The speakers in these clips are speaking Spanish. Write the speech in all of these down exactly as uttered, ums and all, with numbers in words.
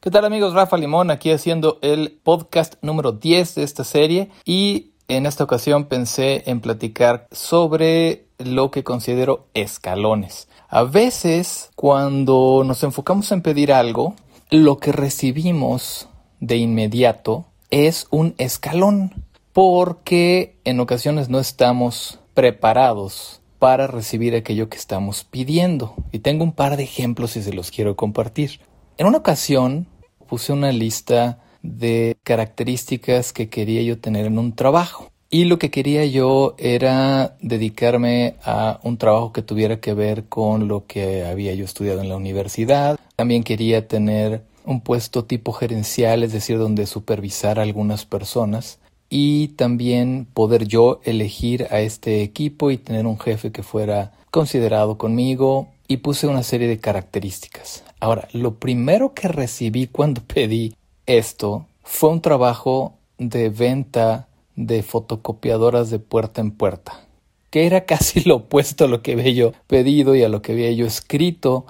¿Qué tal amigos? Rafa Limón aquí haciendo el podcast número diez de esta serie y en esta ocasión pensé en platicar sobre lo que considero escalones. A veces cuando nos enfocamos en pedir algo, lo que recibimos de inmediato es un escalón porque en ocasiones no estamos preparados para recibir aquello que estamos pidiendo. Y tengo un par de ejemplos y se los quiero compartir. En una ocasión puse una lista de características que quería yo tener en un trabajo. Y lo que quería yo era dedicarme a un trabajo que tuviera que ver con lo que había yo estudiado en la universidad. También quería tener un puesto tipo gerencial, es decir, donde supervisar a algunas personas. Y también poder yo elegir a este equipo y tener un jefe que fuera considerado conmigo. Y puse una serie de características. Ahora, lo primero que recibí cuando pedí esto fue un trabajo de venta de fotocopiadoras de puerta en puerta, que era casi lo opuesto a lo que había yo pedido y a lo que había yo escrito.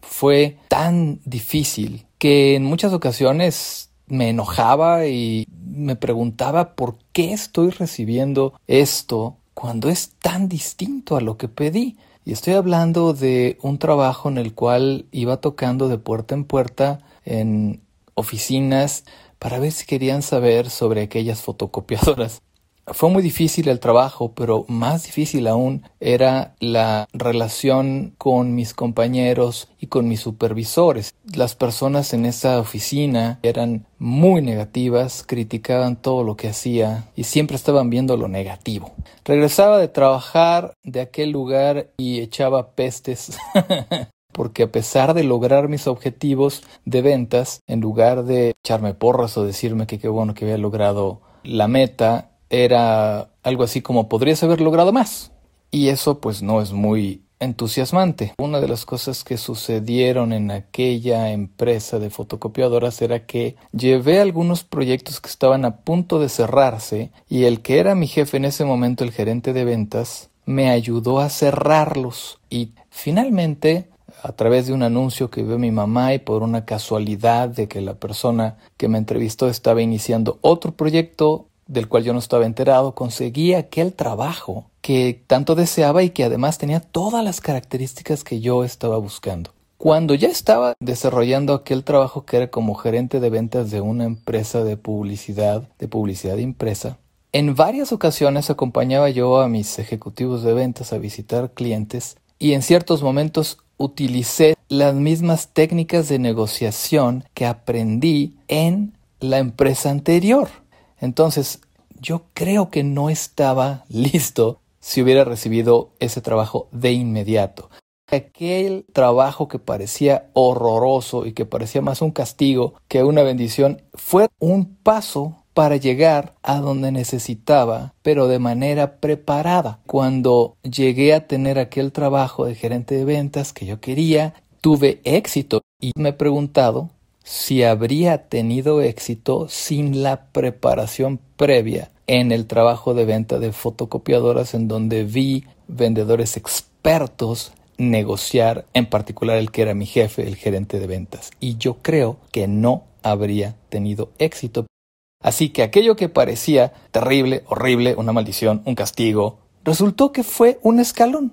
Fue tan difícil que en muchas ocasiones me enojaba y me preguntaba por qué estoy recibiendo esto cuando es tan distinto a lo que pedí. Y estoy hablando de un trabajo en el cual iba tocando de puerta en puerta en oficinas para ver si querían saber sobre aquellas fotocopiadoras. Fue muy difícil el trabajo, pero más difícil aún era la relación con mis compañeros y con mis supervisores. Las personas en esa oficina eran muy negativas, criticaban todo lo que hacía y siempre estaban viendo lo negativo. Regresaba de trabajar de aquel lugar y echaba pestes. Porque a pesar de lograr mis objetivos de ventas, en lugar de echarme porras o decirme que qué bueno que había logrado la meta, era algo así como podrías haber logrado más. Y eso pues no es muy entusiasmante. Una de las cosas que sucedieron en aquella empresa de fotocopiadoras era que llevé algunos proyectos que estaban a punto de cerrarse y el que era mi jefe en ese momento, el gerente de ventas, me ayudó a cerrarlos. Y finalmente, a través de un anuncio que vio mi mamá y por una casualidad de que la persona que me entrevistó estaba iniciando otro proyecto del cual yo no estaba enterado, conseguí aquel trabajo que tanto deseaba y que además tenía todas las características que yo estaba buscando. Cuando ya estaba desarrollando aquel trabajo que era como gerente de ventas de una empresa de publicidad, de publicidad impresa, en varias ocasiones acompañaba yo a mis ejecutivos de ventas a visitar clientes y en ciertos momentos utilicé las mismas técnicas de negociación que aprendí en la empresa anterior. Entonces, yo creo que no estaba listo si hubiera recibido ese trabajo de inmediato. Aquel trabajo que parecía horroroso y que parecía más un castigo que una bendición fue un paso para llegar a donde necesitaba, pero de manera preparada. Cuando llegué a tener aquel trabajo de gerente de ventas que yo quería, tuve éxito y me he preguntado si habría tenido éxito sin la preparación previa en el trabajo de venta de fotocopiadoras, en donde vi vendedores expertos negociar, en particular el que era mi jefe, el gerente de ventas. Y yo creo que no habría tenido éxito. Así que aquello que parecía terrible, horrible, una maldición, un castigo, resultó que fue un escalón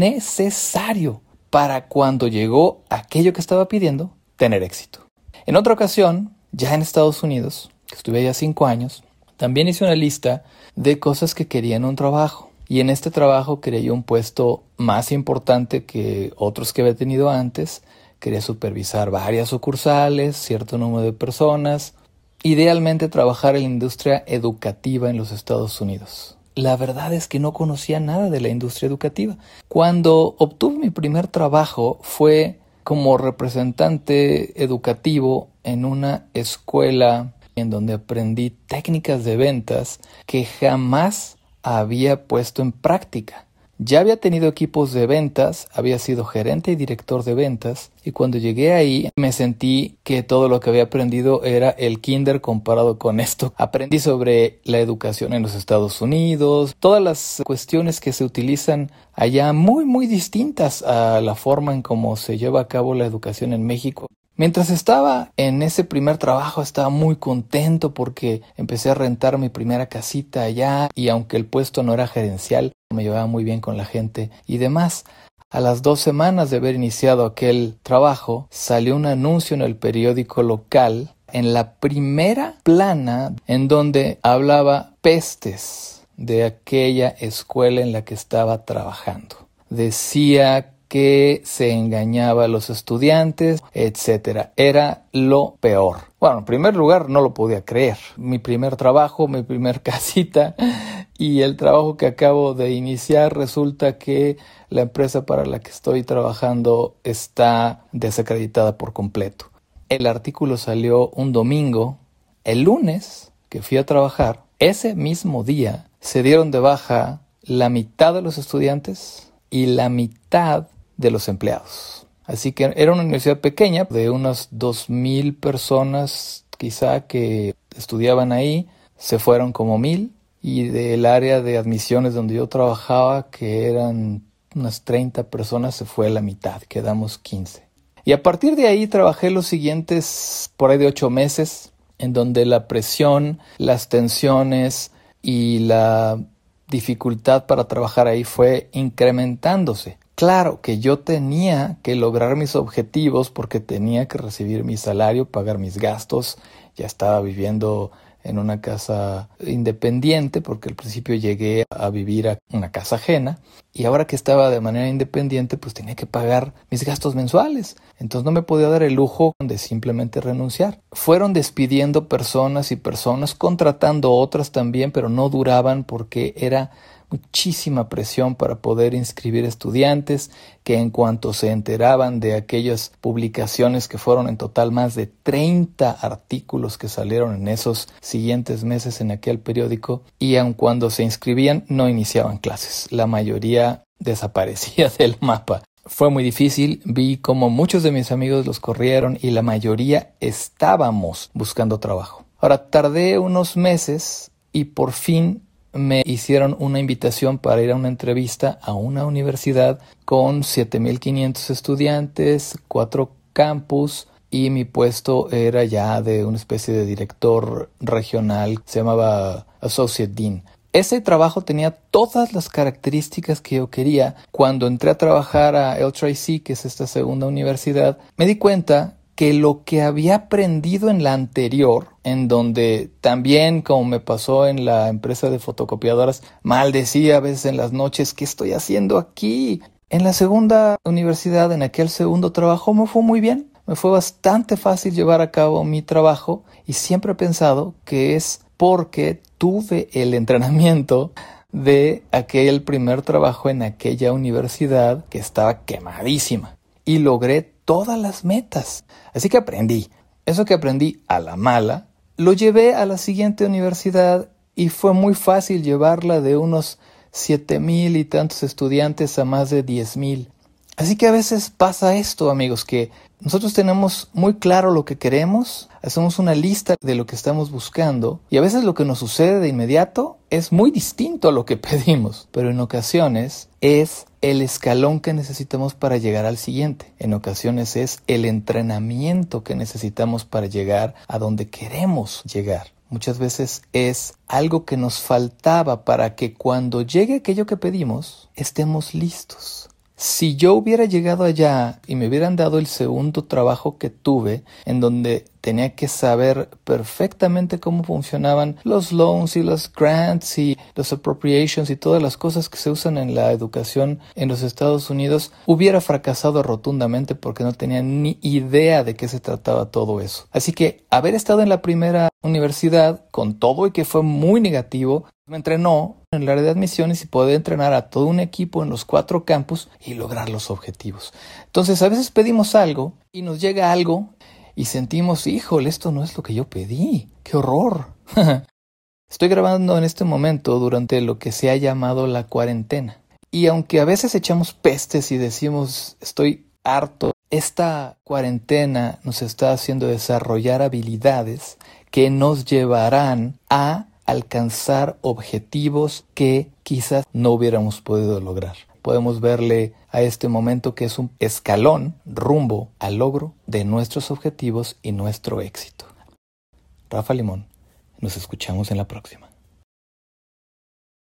necesario para cuando llegó aquello que estaba pidiendo, tener éxito. En otra ocasión, ya en Estados Unidos, que estuve allá cinco años, también hice una lista de cosas que quería en un trabajo. Y en este trabajo quería yo un puesto más importante que otros que había tenido antes. Quería supervisar varias sucursales, cierto número de personas. Idealmente trabajar en la industria educativa en los Estados Unidos. La verdad es que no conocía nada de la industria educativa. Cuando obtuve mi primer trabajo fue como representante educativo en una escuela en donde aprendí técnicas de ventas que jamás había puesto en práctica. Ya había tenido equipos de ventas, había sido gerente y director de ventas, y cuando llegué ahí me sentí que todo lo que había aprendido era el kinder comparado con esto. Aprendí sobre la educación en los Estados Unidos, todas las cuestiones que se utilizan allá muy muy distintas a la forma en cómo se lleva a cabo la educación en México. Mientras estaba en ese primer trabajo estaba muy contento porque empecé a rentar mi primera casita allá y aunque el puesto no era gerencial, me llevaba muy bien con la gente y demás. A las dos semanas de haber iniciado aquel trabajo, salió un anuncio en el periódico local, en la primera plana, en donde hablaba pestes de aquella escuela en la que estaba trabajando. Decía que se engañaba a los estudiantes, etcétera. Era lo peor. Bueno, en primer lugar, no lo podía creer. Mi primer trabajo, mi primer casita y el trabajo que acabo de iniciar, resulta que la empresa para la que estoy trabajando está desacreditada por completo. El artículo salió un domingo. El lunes que fui a trabajar, ese mismo día, se dieron de baja la mitad de los estudiantes y la mitad de los empleados. Así que era una universidad pequeña de unas dos mil personas quizá que estudiaban ahí, se fueron como mil, y del área de admisiones donde yo trabajaba, que eran unas treinta personas, se fue la mitad, quedamos quince. Y a partir de ahí trabajé los siguientes por ahí de ocho meses, en donde la presión, las tensiones y la dificultad para trabajar ahí fue incrementándose. Claro que yo tenía que lograr mis objetivos porque tenía que recibir mi salario, pagar mis gastos. Ya estaba viviendo en una casa independiente porque al principio llegué a vivir a una casa ajena y ahora que estaba de manera independiente pues tenía que pagar mis gastos mensuales. Entonces no me podía dar el lujo de simplemente renunciar. Fueron despidiendo personas y personas, contratando otras también, pero no duraban porque era muchísima presión para poder inscribir estudiantes que en cuanto se enteraban de aquellas publicaciones, que fueron en total más de treinta artículos que salieron en esos siguientes meses en aquel periódico, y aun cuando se inscribían no iniciaban clases. La mayoría desaparecía del mapa. Fue muy difícil, vi como muchos de mis amigos los corrieron y la mayoría estábamos buscando trabajo. Ahora tardé unos meses y por fin me hicieron una invitación para ir a una entrevista a una universidad con siete mil quinientos estudiantes, cuatro campus, y mi puesto era ya de una especie de director regional, se llamaba Associate Dean. Ese trabajo tenía todas las características que yo quería. Cuando entré a trabajar a L tres I C, que es esta segunda universidad, me di cuenta que lo que había aprendido en la anterior, en donde también, como me pasó en la empresa de fotocopiadoras, maldecía a veces en las noches, ¿qué estoy haciendo aquí? En la segunda universidad, en aquel segundo trabajo, me fue muy bien. Me fue bastante fácil llevar a cabo mi trabajo y siempre he pensado que es porque tuve el entrenamiento de aquel primer trabajo en aquella universidad que estaba quemadísima y logré todas las metas. Así que aprendí. Eso que aprendí a la mala, lo llevé a la siguiente universidad y fue muy fácil llevarla de unos siete mil y tantos estudiantes a más de diez mil. Así que a veces pasa esto, amigos, que nosotros tenemos muy claro lo que queremos, hacemos una lista de lo que estamos buscando y a veces lo que nos sucede de inmediato es muy distinto a lo que pedimos, pero en ocasiones es el escalón que necesitamos para llegar al siguiente. En ocasiones es el entrenamiento que necesitamos para llegar a donde queremos llegar. Muchas veces es algo que nos faltaba para que cuando llegue aquello que pedimos, estemos listos. Si yo hubiera llegado allá y me hubieran dado el segundo trabajo que tuve, en donde tenía que saber perfectamente cómo funcionaban los loans y los grants y los appropriations y todas las cosas que se usan en la educación en los Estados Unidos, hubiera fracasado rotundamente porque no tenía ni idea de qué se trataba todo eso. Así que haber estado en la primera universidad, con todo y que fue muy negativo, me entrenó en el área de admisiones y poder entrenar a todo un equipo en los cuatro campus y lograr los objetivos. Entonces, a veces pedimos algo y nos llega algo y sentimos, híjole, esto no es lo que yo pedí. ¡Qué horror! Estoy grabando en este momento durante lo que se ha llamado la cuarentena. Y aunque a veces echamos pestes y decimos, estoy harto, esta cuarentena nos está haciendo desarrollar habilidades que nos llevarán a alcanzar objetivos que quizás no hubiéramos podido lograr. Podemos verle a este momento que es un escalón rumbo al logro de nuestros objetivos y nuestro éxito. Rafa Limón, nos escuchamos en la próxima.